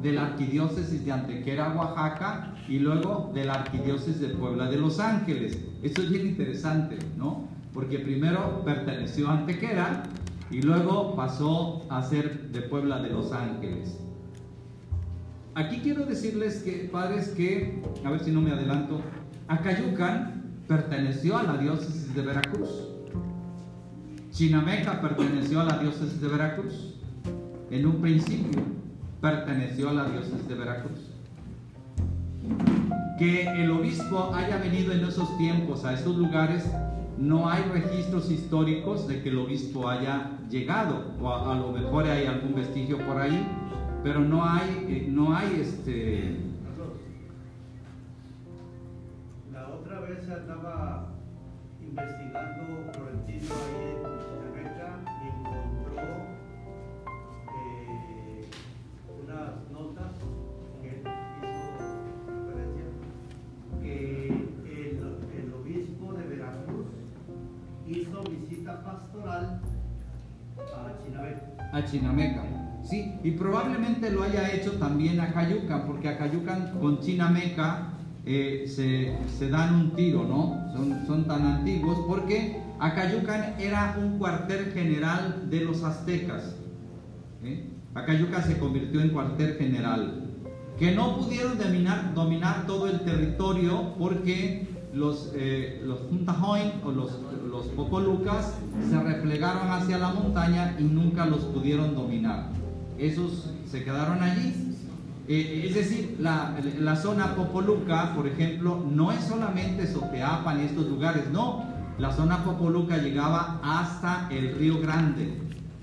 de la arquidiócesis de Antequera, Oaxaca, y luego de la arquidiócesis de Puebla de Los Ángeles. Esto es bien interesante, ¿no? Porque primero perteneció a Antequera y luego pasó a ser de Puebla de Los Ángeles. Aquí quiero decirles, que padres, que, a ver si no me adelanto, Acayucan perteneció a la diócesis de Veracruz. Chinameca perteneció a la diócesis de Veracruz. En un principio perteneció a la diócesis de Veracruz. Que el obispo haya venido en esos tiempos a esos lugares, no hay registros históricos de que el obispo haya llegado, o a lo mejor hay algún vestigio por ahí, pero no hay La otra vez andaba investigando Florentino ahí en Chinameca y encontró unas notas que él hizo referencia que el obispo de Veracruz hizo visita pastoral a Chinameca. A Chinameca, sí, y probablemente lo haya hecho también a Acayucan, porque Acayucan con Chinameca se dan un tiro, ¿no? Son tan antiguos, porque Acayucan era un cuartel general de los aztecas. Acayucan se convirtió en cuartel general, que no pudieron dominar todo el territorio, porque los Puntahoin o los Popolucas se replegaron hacia la montaña y nunca los pudieron dominar. Esos se quedaron allí. Es decir, la zona Popoluca, por ejemplo, no es solamente Soteapan y estos lugares, no. La zona Popoluca llegaba hasta el Río Grande,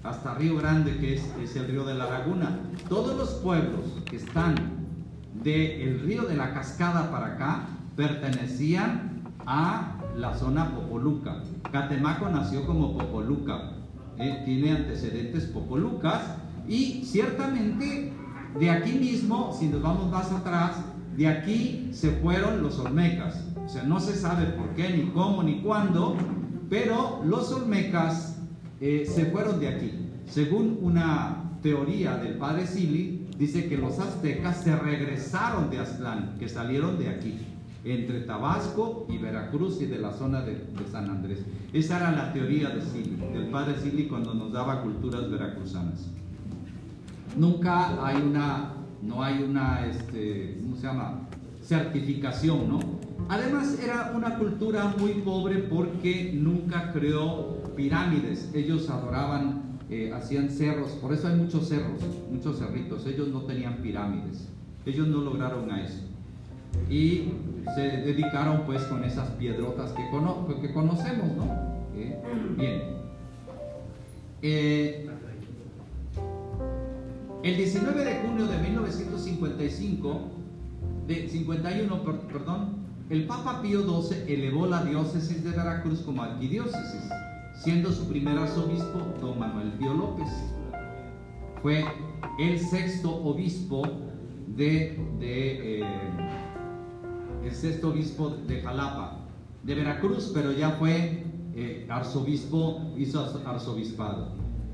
que es el río de la Laguna. Todos los pueblos que están del río de la Cascada para acá pertenecían a la zona Popoluca. Catemaco nació como Popoluca, tiene antecedentes popolucas, y ciertamente de aquí mismo, si nos vamos más atrás, de aquí se fueron los olmecas. O sea, no se sabe por qué, ni cómo, ni cuándo, pero los olmecas se fueron de aquí. Según una teoría del padre Sili, dice que los aztecas se regresaron de Aztlán, que salieron de aquí, entre Tabasco y Veracruz y de la zona de San Andrés. Esa era la teoría de Sili, del padre Sili, cuando nos daba culturas veracruzanas. Nunca hay no hay una ¿cómo se llama? Certificación, ¿no? Además era una cultura muy pobre, porque nunca creó pirámides. Ellos adoraban, hacían cerros, por eso hay muchos cerros, muchos cerritos. Ellos no tenían pirámides, ellos no lograron a eso, y se dedicaron pues con esas piedrotas que conocemos, ¿no? Bien. El 19 de junio de 1951, el Papa Pío XII elevó la diócesis de Veracruz como arquidiócesis, siendo su primer arzobispo don Manuel Pío López. Fue el sexto obispo el sexto obispo de Jalapa, de Veracruz, pero ya fue arzobispo, hizo arzobispado.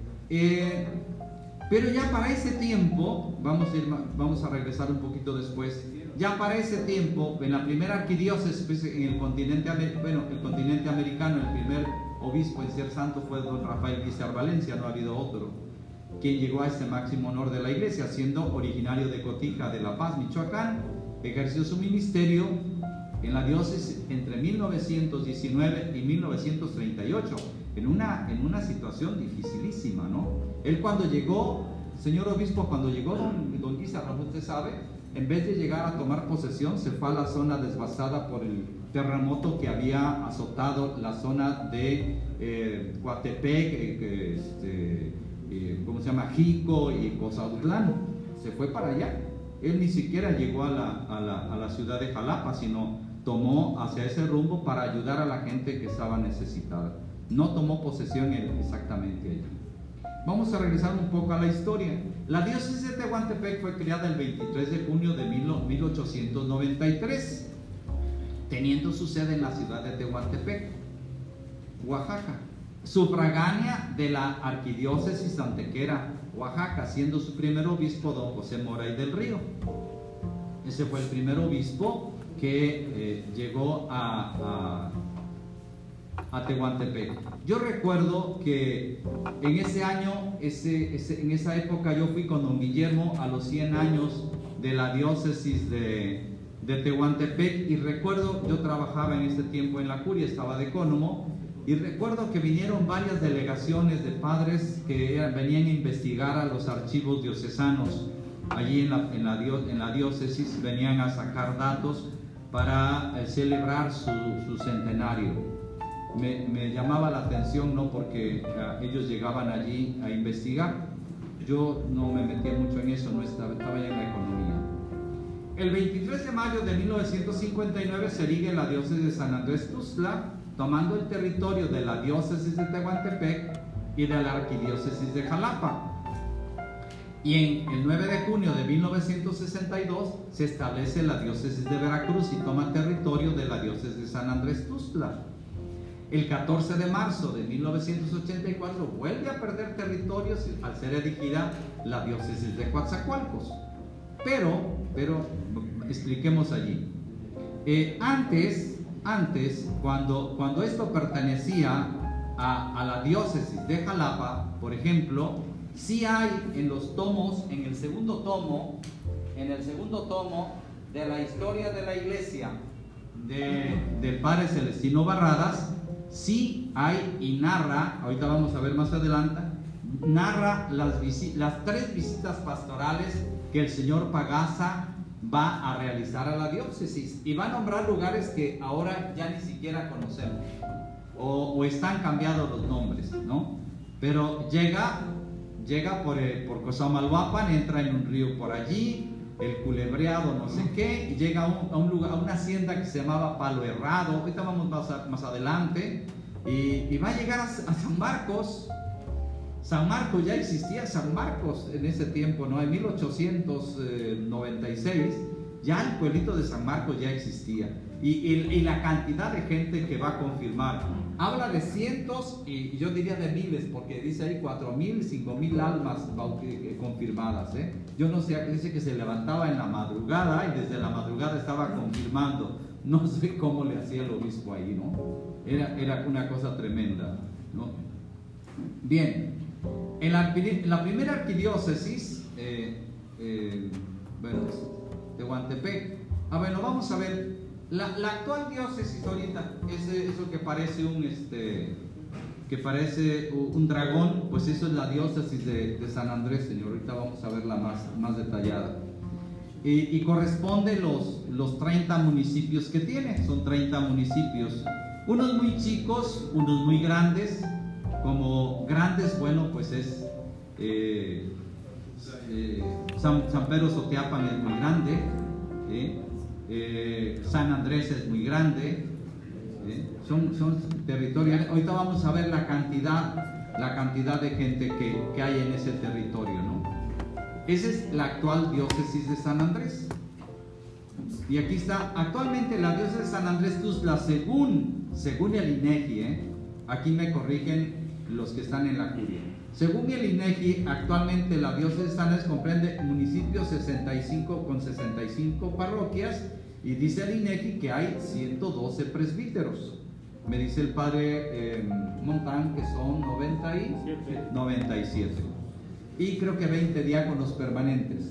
Pero ya para ese tiempo, vamos a regresar un poquito después, ya para ese tiempo, en la primera arquidiócesis, pues, en el continente americano, el primer obispo en ser santo fue don Rafael Guizar Valencia, no ha habido otro, quien llegó a este máximo honor de la iglesia, siendo originario de Cotija de La Paz, Michoacán. Ejerció su ministerio en la diócesis entre 1919 y 1938, en una situación dificilísima, ¿no? Él cuando llegó, señor obispo, cuando llegó don Guizar, usted sabe, en vez de llegar a tomar posesión, se fue a la zona desbastada por el terremoto que había azotado la zona de Coatepec, ¿cómo se llama? Jico y Cozautlán. Se fue para allá. Él ni siquiera llegó a la ciudad de Jalapa, sino tomó hacia ese rumbo para ayudar a la gente que estaba necesitada. No tomó posesión exactamente allí. Vamos a regresar un poco a la historia. La diócesis de Tehuantepec fue creada el 23 de junio de 1893, teniendo su sede en la ciudad de Tehuantepec, Oaxaca. sufragánea de la arquidiócesis Antequera, Oaxaca, siendo su primer obispo don José Moray del Río. Ese fue el primer obispo que llegó a Tehuantepec. Yo recuerdo que en ese año, en esa época, yo fui con don Guillermo a los 100 años de la diócesis de Tehuantepec, y recuerdo, yo trabajaba en ese tiempo en la curia, estaba de ecónomo, y recuerdo que vinieron varias delegaciones de padres que venían a investigar a los archivos diocesanos allí en la diócesis, venían a sacar datos para celebrar su centenario. Me llamaba la atención, ¿no? Porque ellos llegaban allí a investigar. Yo no me metía mucho en eso, no estaba ya en la economía. El 23 de mayo de 1959 se erige la diócesis de San Andrés Tuxtla, tomando el territorio de la diócesis de Tehuantepec y de la arquidiócesis de Jalapa. Y en el 9 de junio de 1962 se establece la diócesis de Veracruz y toma territorio de la diócesis de San Andrés Tuxtla. El 14 de marzo de 1984 vuelve a perder territorios al ser erigida la diócesis de Coatzacoalcos. Pero expliquemos allí. Antes, cuando esto pertenecía a la diócesis de Jalapa, por ejemplo, sí hay en los tomos, en el segundo tomo de la historia de la iglesia del padre Celestino Barradas, sí hay y narra, ahorita vamos a ver más adelante, narra las 3 visitas pastorales que el señor Pagaza va a realizar a la diócesis, y va a nombrar lugares que ahora ya ni siquiera conocemos o están cambiados los nombres, ¿no? Pero llega por Cozamalhuapan, entra en un río por allí, el Culebreado, no sé qué, y llega a un lugar, a una hacienda que se llamaba Palo Herrado. Ahorita vamos más adelante, y va a llegar a San Marcos. San Marcos, ya existía San Marcos en ese tiempo, ¿no? En 1896 ya el pueblito de San Marcos ya existía, y la cantidad de gente que va a confirmar, habla de cientos y yo diría de miles, porque dice ahí 4,000, 5,000 almas confirmadas, ¿eh? Yo no sé, dice que se levantaba en la madrugada y desde la madrugada estaba confirmando. No sé cómo le hacía el obispo ahí, ¿no? Era una cosa tremenda, ¿no? Bien, en la primera arquidiócesis, Tehuantepec. Bueno, vamos a ver la actual diócesis ahorita, eso que parece un dragón, pues eso es la diócesis de San Andrés, señor. Ahorita vamos a verla más detallada. Y corresponde los 30 municipios que tiene. Son 30 municipios, unos muy chicos, unos muy grandes. Como grandes, bueno, pues es San Pedro Soteapan es muy grande, San Andrés es muy grande, son territorios. Ahorita vamos a ver la cantidad de gente que hay en ese territorio, ¿no? Esa es la actual diócesis de San Andrés. Y aquí está, actualmente la diócesis de San Andrés Tuxtla, según el INEGI, aquí me corrigen los que están en la curia. Según el INEGI, actualmente la diócesis de San Andrés comprende municipios 65 parroquias, y dice el INEGI que hay 112 presbíteros. Me dice el padre Montán que son 97. Y creo que 20 diáconos permanentes.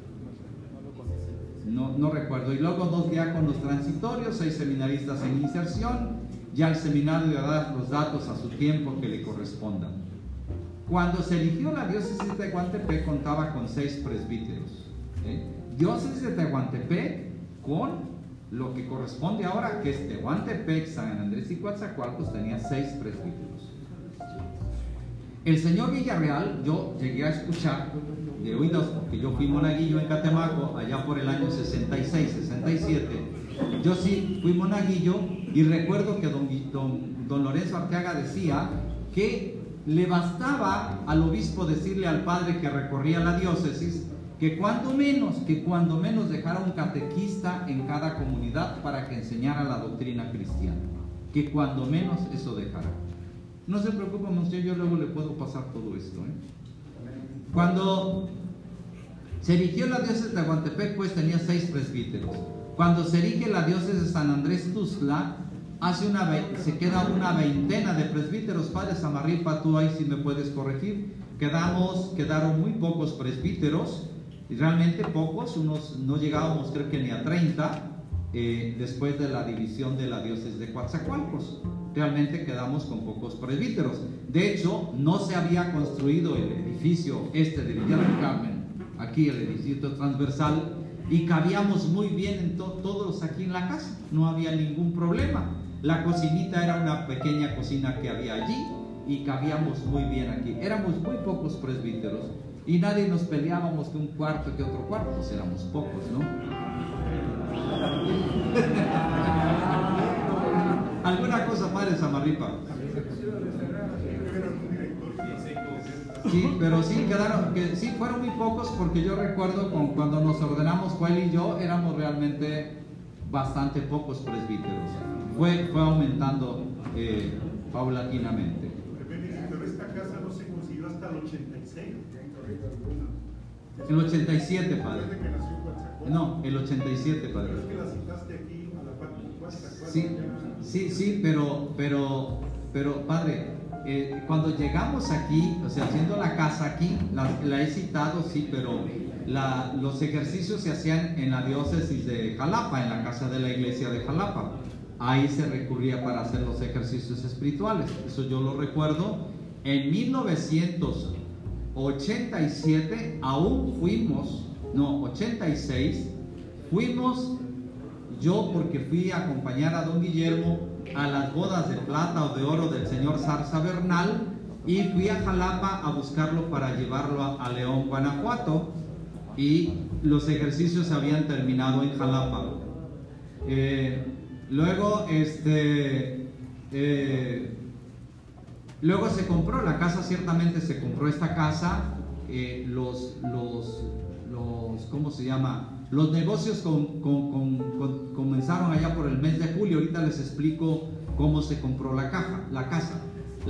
No recuerdo. Y luego 2 diáconos transitorios, 6 seminaristas en inserción. Ya el seminario dará los datos a su tiempo que le corresponda. Cuando se eligió la diócesis de Tehuantepec contaba con 6 presbíteros. Diócesis de Tehuantepec con lo que corresponde ahora, que es Tehuantepec, San Andrés y Coatzacoalcos, tenía 6 presbíteros. El señor Villarreal, yo llegué a escuchar de oídos, porque yo fui monaguillo en Catemaco allá por el año 66, 67. Yo sí fui monaguillo, y recuerdo que don Lorenzo Arteaga decía que le bastaba al obispo decirle al padre que recorría la diócesis que cuando menos dejara un catequista en cada comunidad para que enseñara la doctrina cristiana, que cuando menos eso dejara. No se preocupe, monseñor, yo luego le puedo pasar todo esto. Cuando se erigió la diócesis de Tehuantepec, pues tenía 6 presbíteros. Cuando se erige la diócesis de San Andrés Tuxtla, se queda una veintena de presbíteros. Padre Samarripa, tú ahí sí me puedes corregir. Quedaron muy pocos presbíteros, y realmente pocos, no llegábamos creo que ni a 30, después de la división de la diócesis de Coatzacoalcos. Realmente quedamos con pocos presbíteros. De hecho, no se había construido el edificio de Villa del Carmen, aquí el edificio transversal, y cabíamos muy bien todos aquí en la casa, no había ningún problema. La cocinita era una pequeña cocina que había allí y cabíamos muy bien aquí. Éramos muy pocos presbíteros y nadie nos peleábamos que un cuarto, que otro cuarto, pues éramos pocos, ¿no? ¿Alguna cosa, Padre Samarripa? Sí, pero sí fueron muy pocos, porque yo recuerdo cuando nos ordenamos Joel y yo, éramos realmente bastante pocos presbíteros. Fue aumentando paulatinamente. Pero esta casa no se consiguió hasta el 86. El 87, padre. Desde que nació Coatzacoalcos. No, el 87, padre. Pero es que la citaste aquí a la parte de Coatzacoalcos. Sí, pero padre, cuando llegamos aquí, o sea, haciendo la casa aquí, la he citado, sí, pero los ejercicios se hacían en la diócesis de Jalapa, en la casa de la iglesia de Jalapa. Ahí se recurría para hacer los ejercicios espirituales. Eso yo lo recuerdo. En 1987 86, fuimos, yo porque fui a acompañar a don Guillermo a las bodas de plata o de oro del señor Zarza Bernal, y fui a Jalapa a buscarlo para llevarlo a León, Guanajuato, y los ejercicios se habían terminado en Jalapa. Luego se compró la casa, ciertamente se compró esta casa. ¿Cómo se llama? Los negocios comenzaron allá por el mes de julio. Ahorita les explico cómo se compró la casa.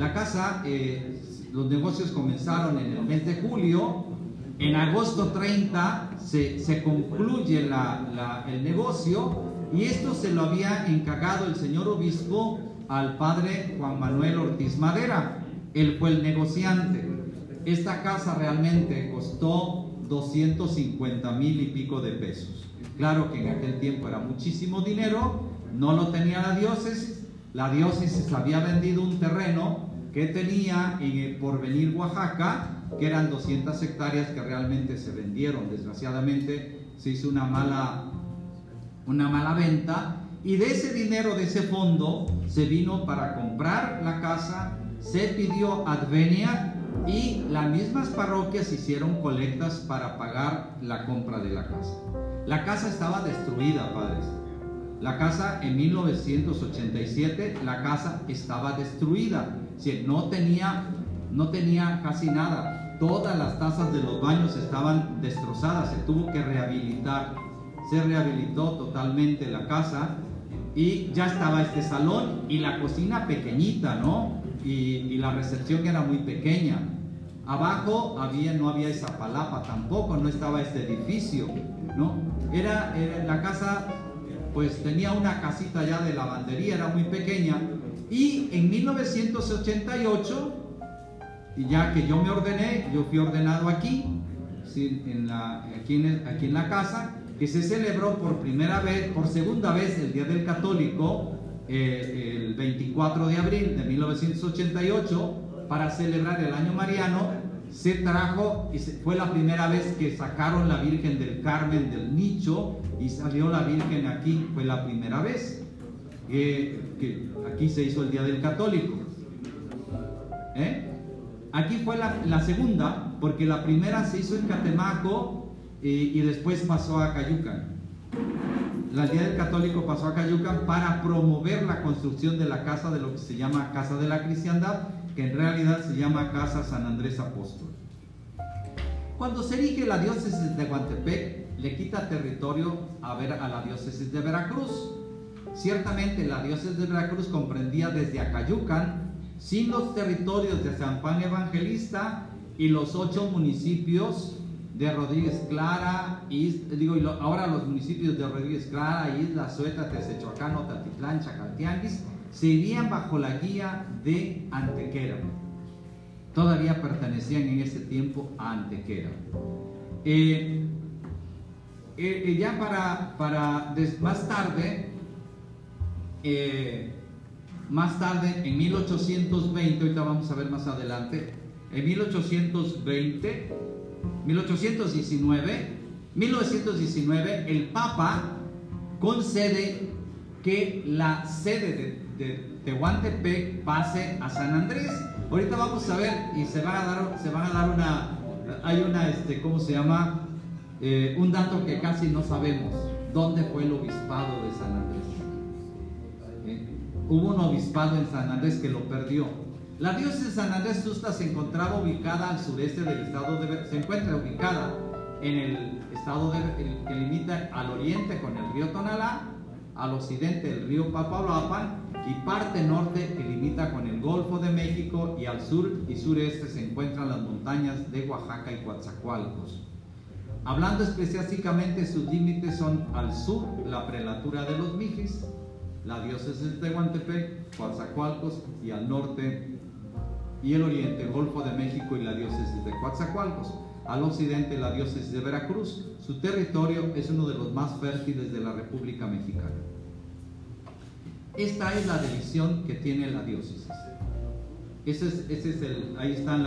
Los negocios comenzaron en el mes de julio. En agosto 30 se concluye el negocio, y esto se lo había encargado el señor obispo al padre Juan Manuel Ortiz Madera. Él fue el negociante. Esta casa realmente costó 250,000 y pico de pesos. Claro que en aquel tiempo era muchísimo dinero, no lo tenía la diócesis. La diócesis había vendido un terreno que tenía en Porvenir, Oaxaca, que eran 200 hectáreas que realmente se vendieron. Desgraciadamente se hizo una mala venta, y de ese dinero, de ese fondo, se vino para comprar la casa, se pidió advenia, y las mismas parroquias hicieron colectas para pagar la compra de la casa. La casa estaba destruida, padres. La casa en 1987, la casa estaba destruida. Sí, no tenía casi nada. Todas las tazas de los baños estaban destrozadas. Se tuvo que rehabilitar. Se rehabilitó totalmente la casa, y ya estaba este salón y la cocina pequeñita, ¿no? Y la recepción era muy pequeña. Abajo no había Iztapalapa tampoco, no estaba este edificio, ¿no? Era la casa, pues tenía una casita ya de lavandería, era muy pequeña. Y en 1988, ya que yo me ordené, yo fui ordenado aquí, ¿sí? aquí en la casa, que se celebró por segunda vez el Día del Católico, el 24 de abril de 1988, para celebrar el año mariano. Se trajo, y fue la primera vez que sacaron la Virgen del Carmen del nicho y salió la Virgen aquí. Fue la primera vez que aquí se hizo el Día del Católico. Aquí fue la segunda, porque la primera se hizo en Catemaco, y después pasó a Cayucan. El Día del Católico pasó a Cayucan para promover la construcción de la casa, de lo que se llama Casa de la Cristiandad, que en realidad se llama Casa San Andrés Apóstol. Cuando se erige la diócesis de Tehuantepec, le quita territorio a la diócesis de Veracruz. Ciertamente la diócesis de Veracruz comprendía desde Acayucan sin los territorios de San Juan Evangelista y los 8 municipios de Rodríguez Clara, ahora los municipios de Rodríguez Clara, Isla Sueta, Tezechuacán, Otatitlán, Chacaltianguis, se irían bajo la guía de Antequera. Todavía pertenecían en ese tiempo a Antequera. Ya más tarde, en 1820, ahorita vamos a ver más adelante, en 1919, el Papa concede que la sede de Tehuantepec pase a San Andrés. Ahorita vamos a ver y se van a dar ¿cómo se llama? Un dato que casi no sabemos. ¿Dónde fue el obispado de San Andrés? Hubo un obispado en San Andrés que lo perdió. La diócesis de San Andrés Tuxtla se encontraba ubicada al sureste del estado se encuentra ubicada en el estado que limita al oriente con el río Tonalá, al occidente el río Papaloapan y parte norte que limita con el Golfo de México, y al sur y sureste se encuentran las montañas de Oaxaca y Coatzacoalcos. Hablando específicamente, sus límites son al sur la prelatura de los Mijis, la diócesis de Tehuantepec, Coatzacoalcos, y al norte y el oriente el Golfo de México y la diócesis de Coatzacoalcos. Al occidente la diócesis de Veracruz. Su territorio es uno de los más fértiles de la República Mexicana. Esta es la división que tiene la diócesis. Ahí están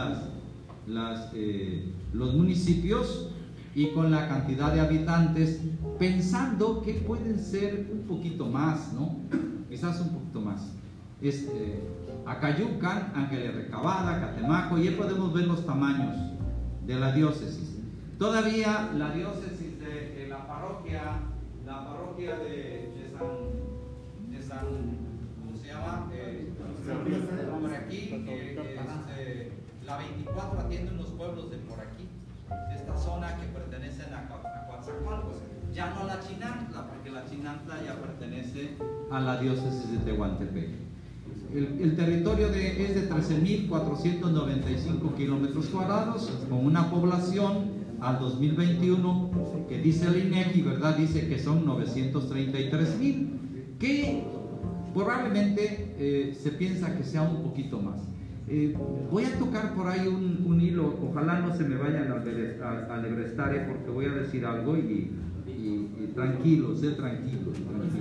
los municipios y con la cantidad de habitantes, pensando que pueden ser un poquito más, ¿no? Quizás un poquito más. Acayucan, Ángeles Recabada, Catemaco, y ahí podemos ver los tamaños de la diócesis. Todavía la diócesis de la parroquia de San, ¿cómo se llama? Por aquí, la 24 atiende unos pueblos de por aquí, de esta zona que pertenecen a Coatzacoalcos. Ya no la Chinantla, porque la Chinantla ya pertenece a la diócesis de Tehuantepec. El territorio es de 13.495 kilómetros cuadrados, con una población al 2021 que dice el INEGI, ¿verdad? Dice que son 933,000, que probablemente se piensa que sea un poquito más. Voy a tocar por ahí un hilo, ojalá no se me vayan a alebrestar, porque voy a decir algo y tranquilos, tranquilos.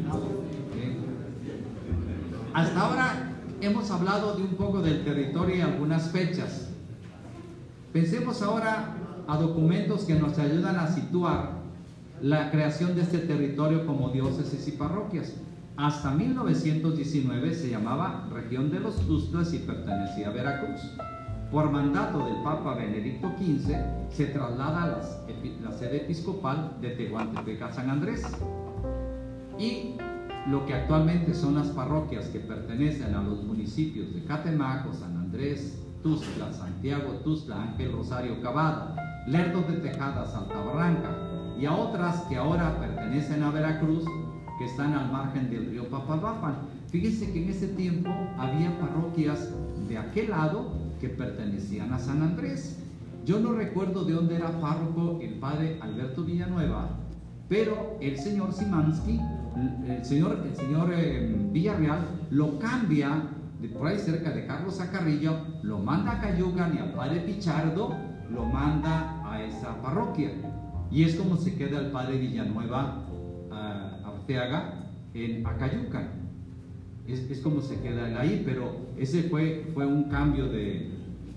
Hasta ahora hemos hablado de un poco del territorio y algunas fechas. Pensemos ahora a documentos que nos ayudan a situar la creación de este territorio como diócesis y parroquias. Hasta 1919 se llamaba Región de los Tuxtlas y pertenecía a Veracruz. Por mandato del Papa Benedicto XV se traslada la sede episcopal de Tehuantepec a San Andrés, y lo que actualmente son las parroquias que pertenecen a los municipios de Catemaco, San Andrés, Tuxtla, Santiago Tuxtla, Ángel Rosario Cavada, Lerdo de Tejada, Santa Barranca, y a otras que ahora pertenecen a Veracruz, que están al margen del río Papaloapan. Fíjense que en ese tiempo había parroquias de aquel lado que pertenecían a San Andrés. Yo no recuerdo de dónde era párroco el padre Alberto Villanueva, pero el señor Simansky, el señor Villarreal, lo cambia de por ahí cerca de Carlos Acarrillo, lo manda a Cayucan, y al padre Pichardo lo manda a esa parroquia, y es como se queda el padre Villanueva Arteaga en Acayucan. Es como se queda él ahí, pero ese fue un cambio de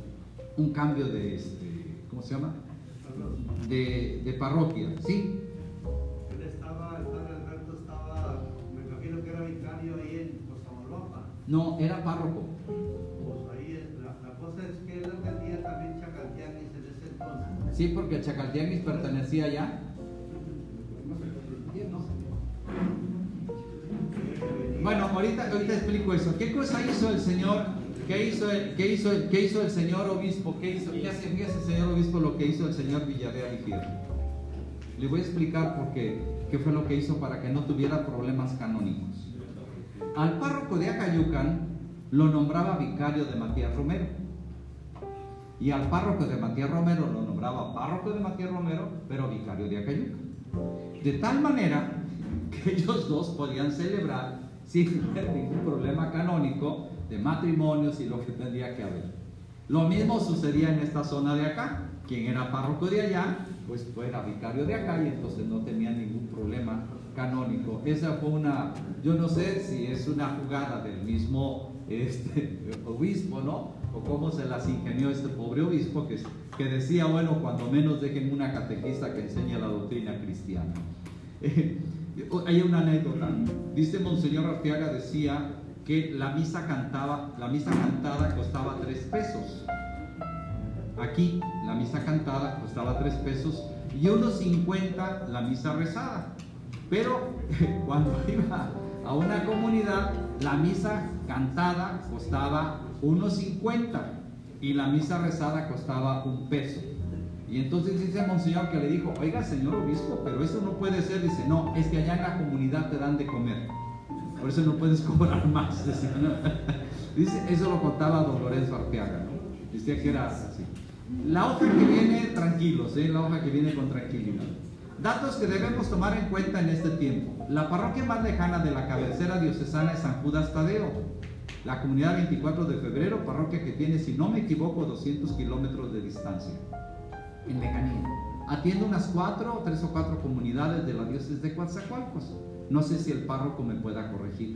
¿cómo se llama? De parroquia, ¿sí? El padre Alberto estaba, me imagino que era vicario ahí en Cosamaloapan. No, era párroco. Pues ahí la cosa es que él atendía también Chacaltianguis en ese entonces. Sí, porque Chacaltianguis pertenecía allá. Bueno, ahorita explico eso. ¿Qué cosa hizo el señor? ¿Qué hizo el señor obispo? ¿Qué hace el señor obispo lo que hizo el señor Villarreal y Fierro? Le voy a explicar por qué fue lo que hizo para que no tuviera problemas canónicos. Al párroco de Acayucan lo nombraba vicario de Matías Romero. Y al párroco de Matías Romero lo nombraba párroco de Matías Romero, pero vicario de Acayuca. De tal manera que ellos dos podían celebrar sin tener ningún problema canónico de matrimonios y lo que tendría que haber. Lo mismo sucedía en esta zona de acá. Quien era párroco de allá, pues era vicario de acá y entonces no tenía ningún problema canónico. Esa fue una, yo no sé si es una jugada del mismo obispo, ¿no? O cómo se las ingenió este pobre obispo que decía, bueno, cuando menos dejen una catequista que enseñe la doctrina cristiana. Hay una anécdota. Dice Monseñor Arteaga, decía que la misa cantada costaba 3 pesos. Aquí la misa cantada costaba 3 pesos y unos 50 la misa rezada. Pero cuando iba a una comunidad, la misa cantada costaba unos 50 y la misa rezada costaba 1 peso. Y entonces dice Monseñor que le dijo, oiga señor obispo, pero eso no puede ser. Dice, no, es que allá en la comunidad te dan de comer, por eso no puedes cobrar más. Dice, eso lo contaba don Lorenzo Arteaga, ¿no? Decía que era así. La hoja que viene, tranquilos, la hoja que viene con tranquilidad. Datos que debemos tomar en cuenta en este tiempo. La parroquia más lejana de la cabecera diocesana es San Judas Tadeo. La comunidad 24 de febrero, parroquia que tiene, si no me equivoco, 200 kilómetros de distancia en lejanía. Atiende unas 3 o 4 comunidades de la diócesis de Coatzacoalcos. No sé si el párroco me pueda corregir.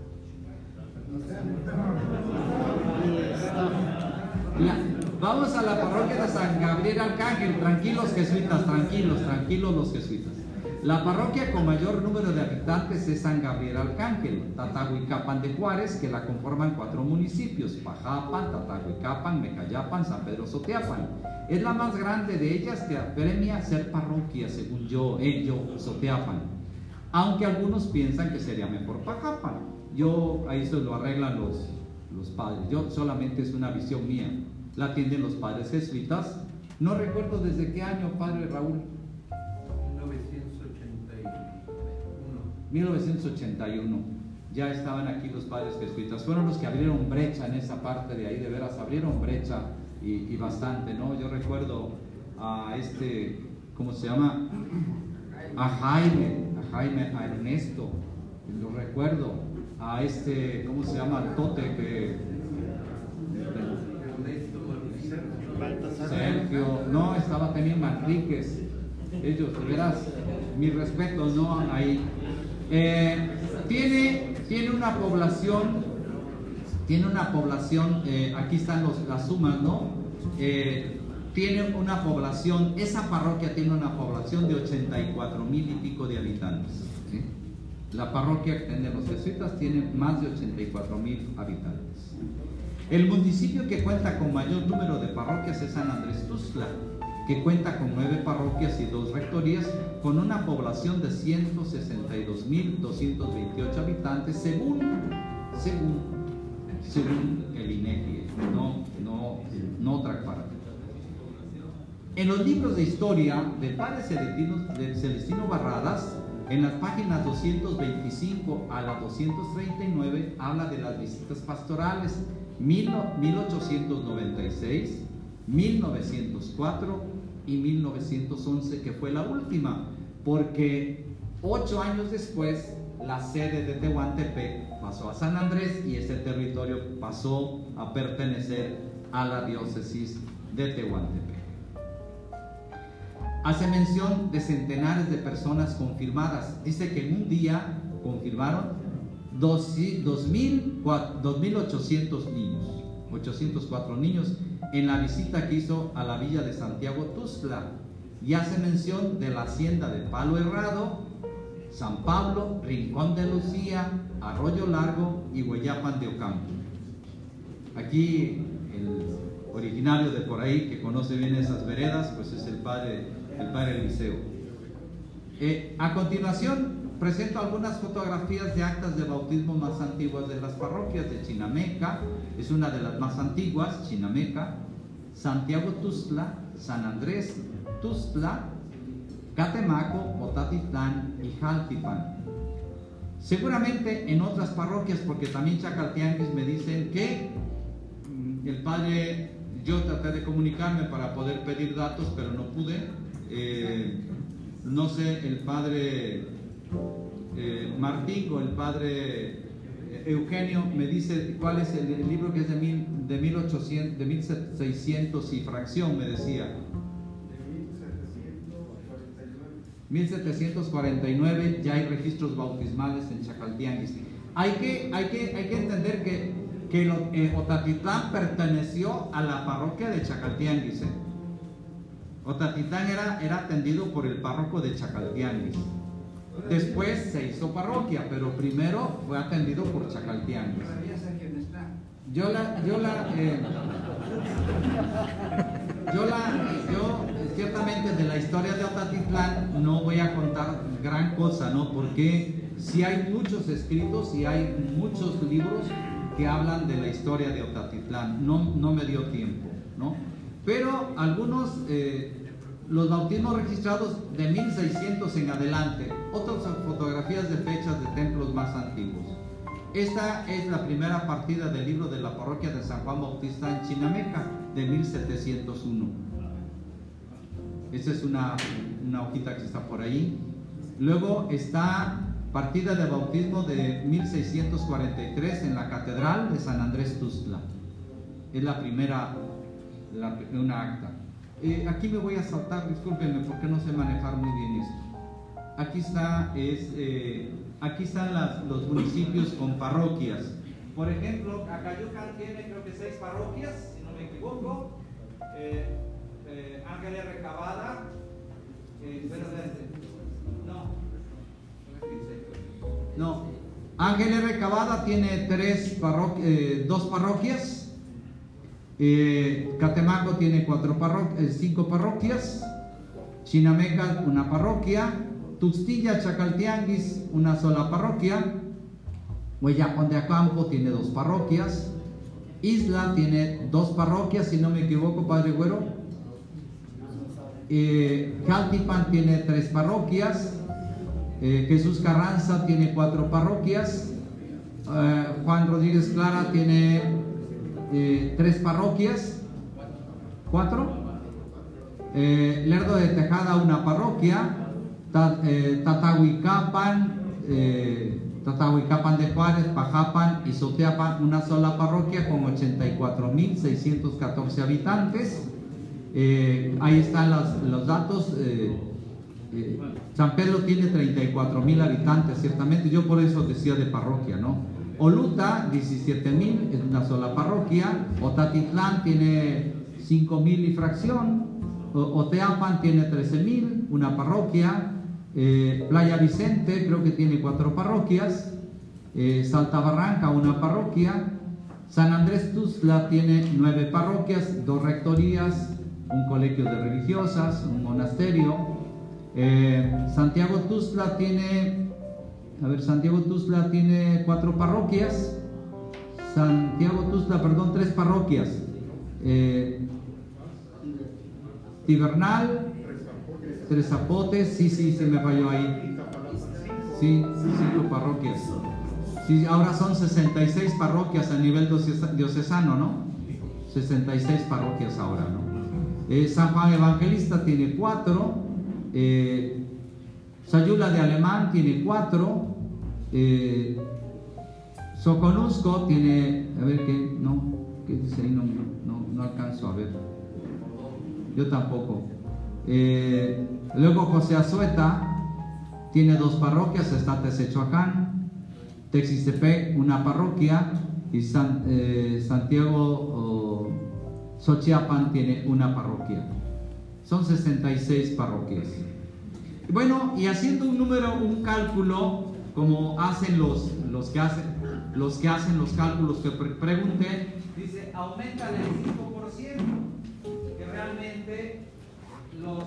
Vamos a la parroquia de San Gabriel Arcángel. Tranquilos jesuitas, tranquilos los jesuitas. La parroquia con mayor número de habitantes es San Gabriel Arcángel, Tatahuicapan de Juárez, que la conforman 4 municipios: Pajapan, Tatahuicapan, Mecayapan, San Pedro Soteapan. Es la más grande de ellas, que apremia ser parroquia, según yo, Soteapan. Aunque algunos piensan que sería mejor Pajapan. Ahí se lo arreglan los padres. Yo solamente es una visión mía. La atienden los padres jesuitas. No recuerdo desde qué año, padre Raúl. 1981. Ya estaban aquí los padres jesuitas. Fueron los que abrieron brecha en esa parte de ahí, de veras, abrieron brecha y bastante, ¿no? Yo recuerdo a ¿cómo se llama? A Jaime, a Ernesto, lo recuerdo. A ¿cómo se llama? Tote, Sergio, no, estaba también Manríquez. Ellos, de veras, mis respetos, ¿no? Ahí. Tiene una población, aquí están las sumas, ¿no? Tiene una población, esa parroquia tiene una población de 84,000 y pico de habitantes, ¿sí? La parroquia de los jesuitas tiene más de 84,000 habitantes. El municipio que cuenta con mayor número de parroquias es San Andrés Tuxtla, que cuenta con 9 parroquias y 2 rectorías, con una población de 162,228 habitantes, según el INEGI, no otra parte. En los libros de historia del padre Celestino Barradas, en las páginas 225 a la 239, habla de las visitas pastorales 1896, 1904 y 1911, que fue la última, porque 8 años después la sede de Tehuantepec pasó a San Andrés y ese territorio pasó a pertenecer a la diócesis de Tehuantepec. Hace mención de centenares de personas confirmadas. Dice que en un día confirmaron 2,800 niños, 804 niños, en la visita que hizo a la villa de Santiago Tuxtla, y hace mención de la hacienda de Palo Herrado, San Pablo, Rincón de Lucía, Arroyo Largo y Hueyapan de Ocampo. Aquí el originario de por ahí, que conoce bien esas veredas, pues es el padre Eliseo. A continuación presento algunas fotografías de actas de bautismo más antiguas de las parroquias de Chinameca, es una de las más antiguas, Chinameca, Santiago Tuxtla, San Andrés Tuxtla, Catemaco, Otatitlán y Jaltipan. Seguramente en otras parroquias, porque también Chacaltianguis me dicen que el padre, yo traté de comunicarme para poder pedir datos, pero no pude. No sé, el padre Martín o el padre Eugenio me dice cuál es el libro que es de 1600 y fracción, me decía. 1749 ya hay registros bautismales en Chacaltianguis. Hay que entender que Otatitlán perteneció a la parroquia de Chacaltianguis. Otatitlán era atendido por el párroco de Chacaltianguis. Después se hizo parroquia, pero primero fue atendido por Chacaltianguis. Yo ciertamente de la historia de Otatitlán no voy a contar gran cosa, ¿no? Porque sí hay muchos escritos y hay muchos libros que hablan de la historia de Otatitlán. No me dio tiempo, ¿no? Pero algunos, los bautismos registrados de 1600 en adelante, otras fotografías de fechas de templos más antiguos. Esta es la primera partida del libro de la parroquia de San Juan Bautista en Chinameca, de 1701. Esta es una hojita que está por ahí. Luego está partida de bautismo de 1643 en la Catedral de San Andrés Tuxtla. Es la primera, una acta. Aquí me voy a saltar, discúlpenme porque no sé manejar muy bien esto. Aquí están los municipios con parroquias. Por ejemplo, Acayucan tiene creo que 6 parroquias, si no me equivoco. Ángel R. Cavada, Ángel R. Cavada tiene 2 parroquias. Catemaco tiene 5 parroquias. Chinameca una parroquia. Tuxtilla, Chacaltianguis una sola parroquia. Hueyapán de Acampo tiene 2 parroquias. Isla tiene 2 parroquias, si no me equivoco, Padre Güero. Jaltipan tiene 3 parroquias. Jesús Carranza tiene 4 parroquias. Juan Rodríguez Clara tiene 3 parroquias. 4. Lerdo de Tejada una parroquia. Tatahuicapan de Juárez, Pajapan y Soteapan una sola parroquia con 84.614 habitantes. Ahí están los datos. San Pedro tiene 34.000 habitantes, ciertamente. Yo por eso decía de parroquia, ¿no? Oluta 17.000, es una sola parroquia. Otatitlán tiene 5.000 y fracción. Oteapan tiene 13.000, una parroquia. Playa Vicente creo que tiene 4 parroquias. Salta Barranca una parroquia. San Andrés Tuxtla tiene 9 parroquias, 2 rectorías, un colegio de religiosas, un monasterio. Santiago Tuxtla tiene 4 parroquias. 3 parroquias. Tibernal, Tres Zapotes, sí, se me falló ahí. Sí, 5 parroquias. Sí, ahora son 66 parroquias a nivel diocesano, ¿no? 66 parroquias ahora, ¿no? San Juan Evangelista tiene 4. Sayula de Alemán tiene 4. Soconusco tiene, a ver qué dice ahí, no alcanzo a ver. Yo tampoco. Luego José Azueta tiene 2 parroquias, está Tezechoacán, Texistepec una parroquia y Santiago Xochiapan tiene una parroquia. Son 66 parroquias. Bueno, y haciendo un cálculo como hacen los que hacen los cálculos que pregunté, dice aumenta el 5%, que realmente los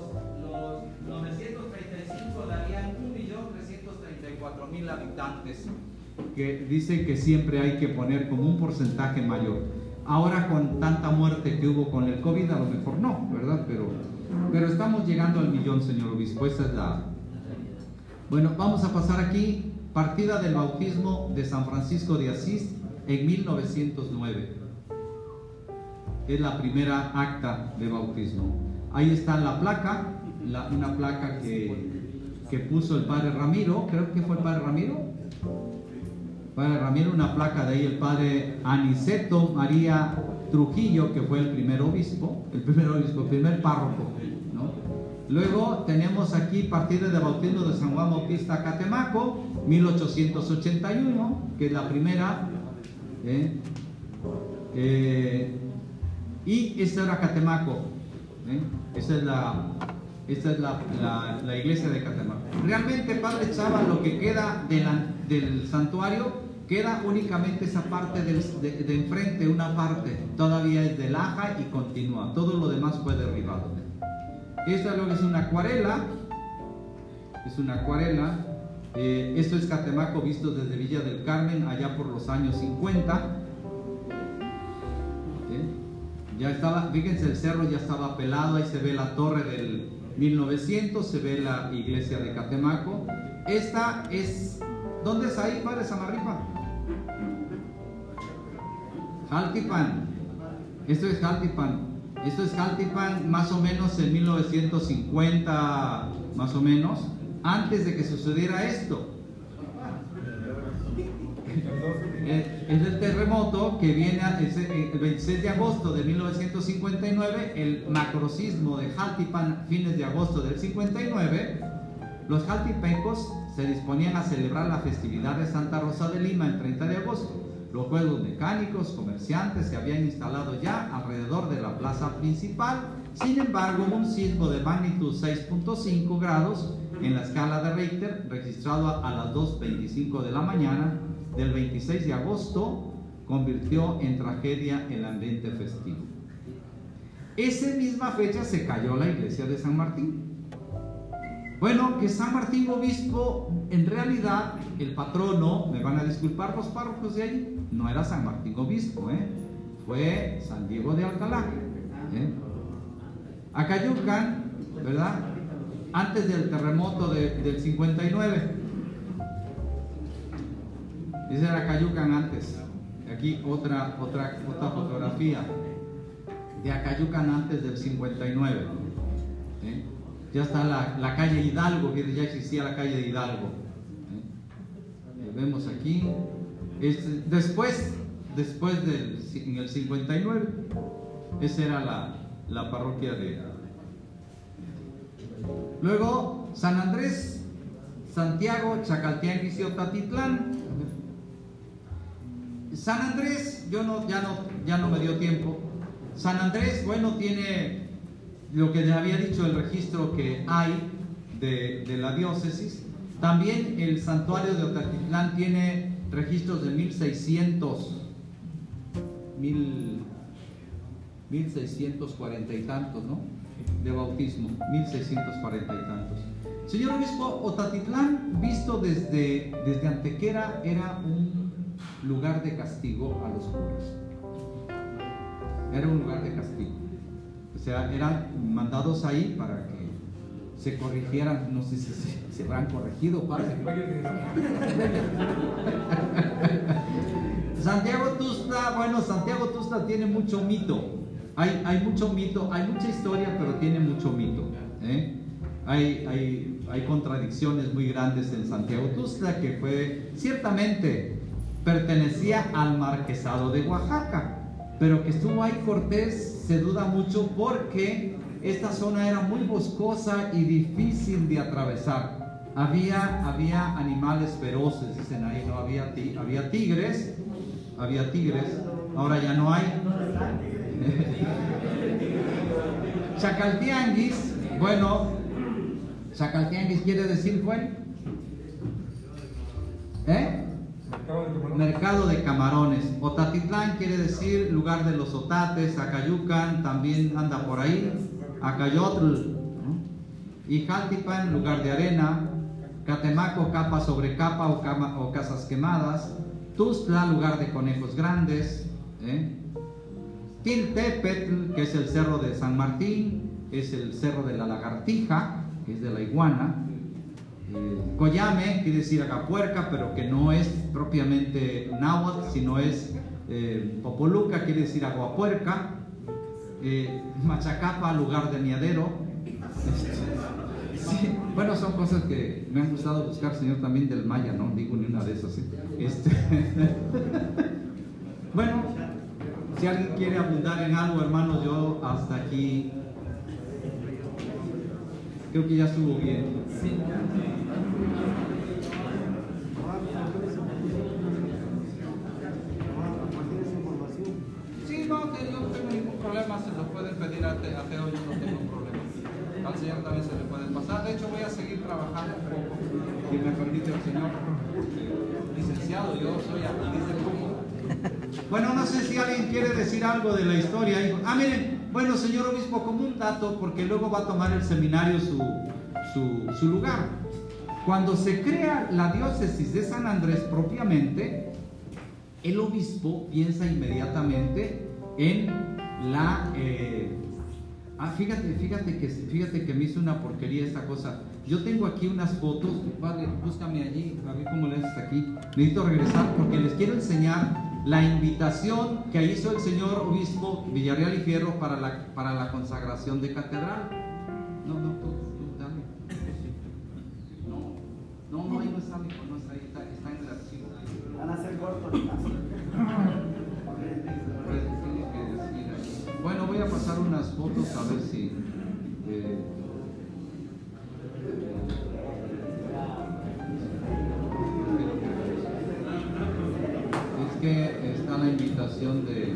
935 darían 1.334.000 habitantes, que dice que siempre hay que poner como un porcentaje mayor. Ahora con tanta muerte que hubo con el COVID, a lo mejor no, ¿verdad? Pero estamos llegando al 1.000.000, señor obispo. Esa es la... Bueno, vamos a pasar aquí. partida del bautismo de San Francisco de Asís en 1909. Es la primera acta de bautismo. Ahí está la placa, una placa que puso el padre Ramiro, creo que fue el padre Ramiro. Padre Ramiro, una placa de ahí, el padre Aniceto María Trujillo, que fue el primer obispo, el primer párroco, ¿no? Luego tenemos aquí partida de bautismo de San Juan Bautista Catemaco, 1881, que es la primera. Y esta era Catemaco. Esta es la iglesia de Catemaco. Realmente, Padre Chava, lo que queda del santuario, queda únicamente esa parte de enfrente, una parte todavía es de laja y continúa, todo lo demás fue derribado. Esta luego es una acuarela, esto es Catemaco visto desde Villa del Carmen allá por los años 50. Ya estaba, fíjense, el cerro ya estaba pelado, ahí se ve la torre del 1900, se ve la iglesia de Catemaco. Esta es, ¿dónde es ahí, padre Samarripa? Jaltipan. Esto es Jaltipan más o menos en 1950, más o menos, antes de que sucediera esto. Es el terremoto que viene el 26 de agosto de 1959, el macrosismo de Jaltipan, fines de agosto del 59. Los jaltipecos se disponían a celebrar la festividad de Santa Rosa de Lima el 30 de agosto. Los juegos mecánicos, comerciantes se habían instalado ya alrededor de la plaza principal. Sin embargo, un sismo de magnitud 6.5 grados en la escala de Richter, registrado a las 2:25 de la mañana del 26 de agosto, convirtió en tragedia el ambiente festivo. Esa misma fecha se cayó la iglesia de San Martín. Bueno, que San Martín obispo, en realidad el patrono, me van a disculpar los párrocos de ahí, no era San Martín obispo, fue San Diego de Alcalá. Acayucan, ¿verdad? Antes del terremoto del 59. Ese era Acayucan antes. Aquí otra fotografía de Acayucan antes del 59. Ya está la calle Hidalgo, que ya existía la calle de Hidalgo. Vemos aquí. Después en el 59, esa era la parroquia de. Luego San Andrés, Santiago, Chacaltianguis y Otatitlán. San Andrés, ya no me dio tiempo. San Andrés, bueno, tiene lo que les había dicho, el registro que hay de la diócesis. También el santuario de Otatitlán tiene registros de 1640 y tantos, ¿no? De bautismo, 1640 y tantos. Señor obispo, Otatitlán, visto desde Antequera, era un lugar de castigo a los curas. Era un lugar de castigo. O sea, eran mandados ahí para que se corrigieran. No sé si se habrán corregido, padre. Santiago Tuxtla, bueno, Santiago Tuxtla tiene mucho mito. Hay mucho mito, hay mucha historia, pero tiene mucho mito. Hay contradicciones muy grandes en Santiago Tuxtla, que ciertamente pertenecía al marquesado de Oaxaca, pero que estuvo ahí Cortés se duda mucho, porque esta zona era muy boscosa y difícil de atravesar. Había animales feroces, dicen ahí, ¿no? Había tigres, ahora ya no hay. Chacaltianguis, bueno, Chacaltianguis quiere decir, ¿cuál? Mercado de camarones. Otatitlán quiere decir lugar de los otates. Acayucan también anda por ahí. Acayotl, ¿no? Y Jaltipan, lugar de arena. Catemaco, capa sobre capa o casas quemadas. Tuxtla, lugar de conejos grandes. Tiltepetl, que es el cerro de San Martín, es el cerro de la lagartija, que es de la iguana. Coyame quiere decir Agapuerca, pero que no es propiamente náhuatl, sino es Popoluca, quiere decir Aguapuerca. Machacapa, lugar de miadero. Sí, bueno, son cosas que me han gustado buscar, señor, también del maya, no digo ni una de esas. Bueno, si alguien quiere abundar en algo, hermanos, yo hasta aquí creo que ya estuvo bien. Sí, no, yo no tengo ningún problema, se lo pueden pedir a Teo, yo no tengo problema. Al Señor también se le pueden pasar. De hecho, voy a seguir trabajando un poco, si me permite el Señor. Licenciado, yo soy aprendiz de poco. Bueno, no sé si alguien quiere decir algo de la historia. Miren, bueno, señor obispo, como un dato, porque luego va a tomar el seminario su lugar. Cuando se crea la diócesis de San Andrés propiamente, el obispo piensa inmediatamente en la... fíjate que me hizo una porquería esta cosa. Yo tengo aquí unas fotos, vale, búscame allí, a ver cómo le haces aquí. Necesito regresar porque les quiero enseñar la invitación que hizo el señor obispo Villarreal y Fierro para la consagración de catedral. No, tú, dale. No, ahí no está, no está ahí, está en el archivo. Van a ser cortos. Bueno, voy a pasar unas fotos a ver si... es que está la invitación de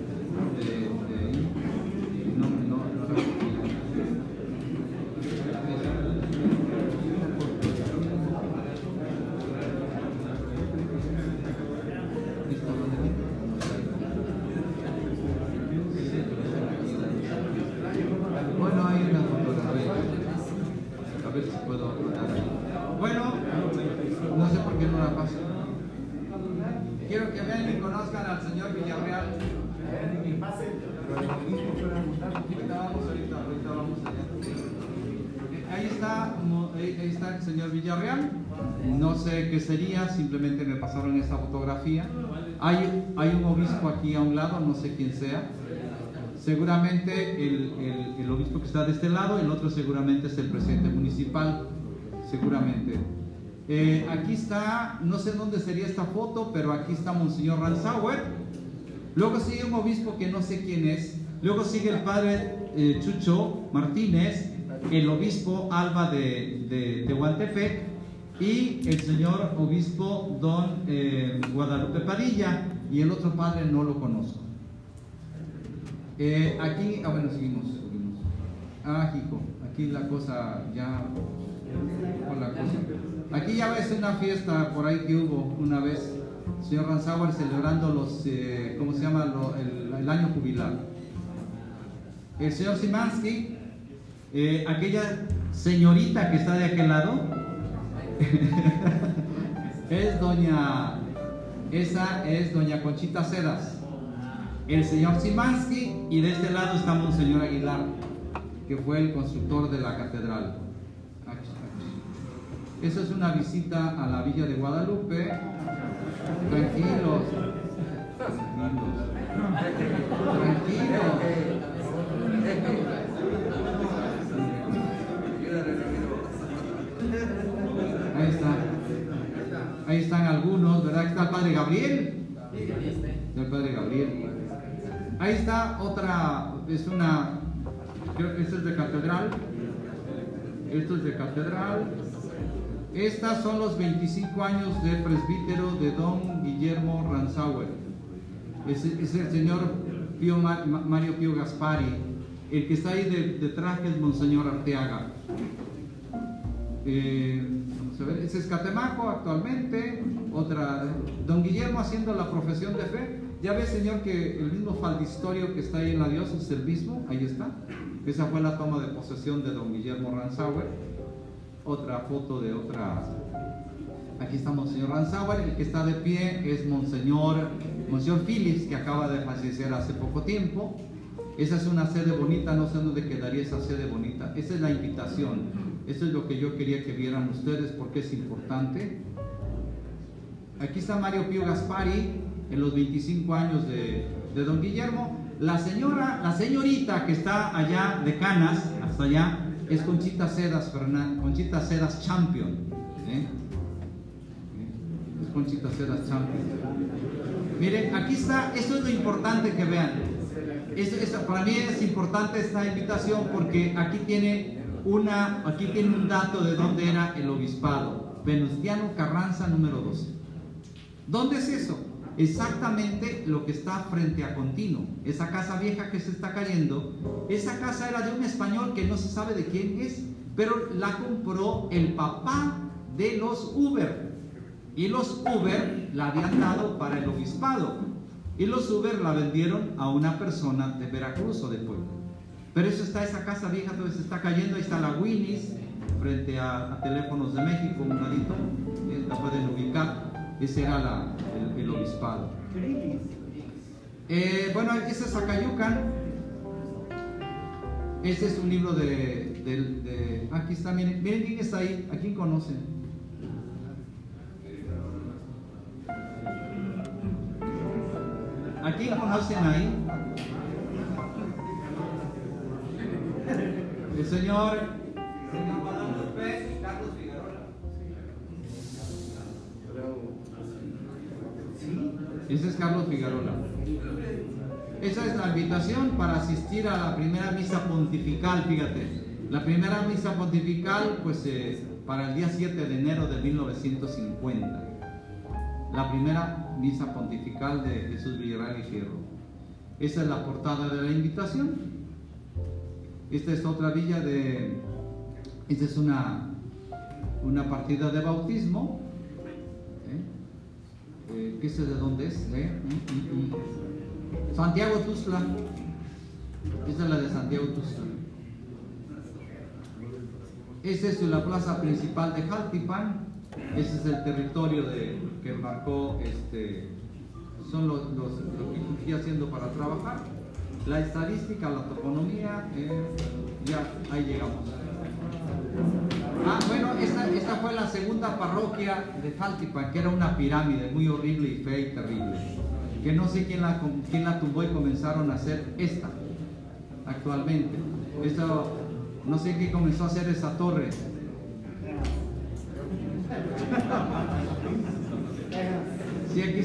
bueno, hay una fotografía. A ver si puedo anotar ahí. Bueno, no sé por qué no la paso. Quiero que vean y conozcan al señor Villarreal. Ahorita vamos allá. Ahí está el señor Villarreal. No sé qué sería, simplemente me pasaron esta fotografía. Hay un obispo aquí a un lado, no sé quién sea. Seguramente el obispo que está de este lado, el otro seguramente es el presidente municipal, seguramente. Aquí está, no sé dónde sería esta foto, pero aquí está Monseñor Ranzauer. Luego sigue un obispo que no sé quién es. Luego sigue el padre Chucho Martínez, el obispo Alba de Tehuantepec y el señor obispo Don Guadalupe Padilla, y el otro padre no lo conozco. Aquí, bueno, seguimos. Hijo, aquí la cosa ya... Aquí ya ves una fiesta por ahí que hubo una vez, señor Ranzauer celebrando los, ¿cómo se llama? El año jubilar. El señor Simansky, aquella señorita que está de aquel lado, esa es doña Conchita Cedas. El señor Simansky, y de este lado está Monseñor Aguilar, que fue el constructor de la catedral. Esa es una visita a la Villa de Guadalupe. Tranquilos. Ahí está. Ahí están algunos, ¿verdad? Está el padre Gabriel. El padre Gabriel. Ahí está otra, es una, creo que esta es de catedral. Esto es de catedral. Estas son los 25 años de presbítero de don Guillermo Ranzauer. Es el señor Mario Pío Gaspari. El que está ahí de traje es Monseñor Arteaga. Vamos a ver, ese es Catemaco actualmente. Otra, don Guillermo haciendo la profesión de fe. Ya ve, señor, que el mismo faldistorio que está ahí en la diócesis es el mismo. Ahí está. Esa fue la toma de posesión de don Guillermo Ranzauer. Otra foto de otra. Aquí está Monseñor Ranzauer. El que está de pie es Monseñor Phillips, que acaba de fallecer hace poco tiempo. Esa es una sede bonita, no sé dónde quedaría esa sede bonita. Esa es la invitación. Eso es lo que yo quería que vieran ustedes porque es importante. Aquí está Mario Pío Gaspari en los 25 años de don Guillermo. La señorita que está allá de Canas, hasta allá, es Conchita Sedas Conchita Sedas Champion. Es Conchita Sedas Champion. Miren, aquí está, esto es lo importante que vean. Para mí es importante esta invitación porque aquí tiene un dato de dónde era el obispado. Venustiano Carranza número 12. ¿Dónde es eso? Exactamente lo que está frente a Contino. Esa casa vieja que se está cayendo, esa casa era de un español que no se sabe de quién es, pero la compró el papá de los Huber. Y los Huber la habían dado para el obispado. Y los Huber la vendieron a una persona de Veracruz o de Puebla. Pero eso está, esa casa vieja donde se está cayendo. Ahí está la Winnie's, frente a Teléfonos de México, un ladito. La pueden ubicar. Ese era el obispado. Bueno, ese es Acayucan. Este es un libro de aquí está, miren quién está ahí. ¿A quién conocen? ¿A quién conocen ahí? El señor Guadalupe Carlos Figueroa. Ese es Carlos Figueroa. Esa es la invitación para asistir a la primera misa pontifical, fíjate. La primera misa pontifical, pues, para el día 7 de enero de 1950. La primera misa pontifical de Jesús Villarreal y Fierro. Esa es la portada de la invitación. Esta es otra villa de... Esta es una partida de bautismo. ¿Qué sé de dónde es? Santiago Tuxtla. Esta es la de Santiago Tuxtla. Esta es la plaza principal de Jaltipan. Ese es el territorio que marcó, son lo que estoy haciendo para trabajar. La estadística, la toponomía, ya ahí llegamos. Bueno, esta fue la segunda parroquia de Jaltipan, que era una pirámide muy horrible y fea y terrible. Que no sé quién la tumbó y comenzaron a hacer esta, actualmente. No sé quién comenzó a hacer esa torre. Sí, aquí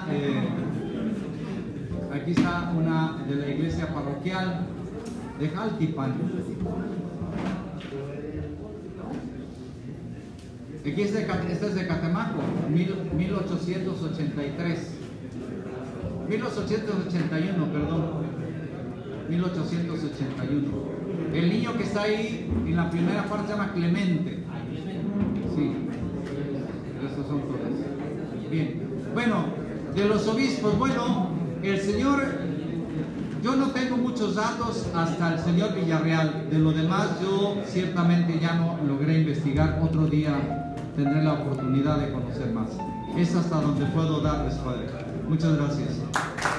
está una de la iglesia parroquial de Jaltipan. Aquí esta es de Catemaco, 1883. 1881, perdón. 1881. El niño que está ahí en la primera parte se llama Clemente. Sí, esos son todos. Bien. Bueno, de los obispos, bueno, el señor, yo no tengo muchos datos hasta el señor Villarreal. De lo demás, yo ciertamente ya no logré investigar. Otro día tendré la oportunidad de conocer más. Es hasta donde puedo darles, Padre. Muchas gracias.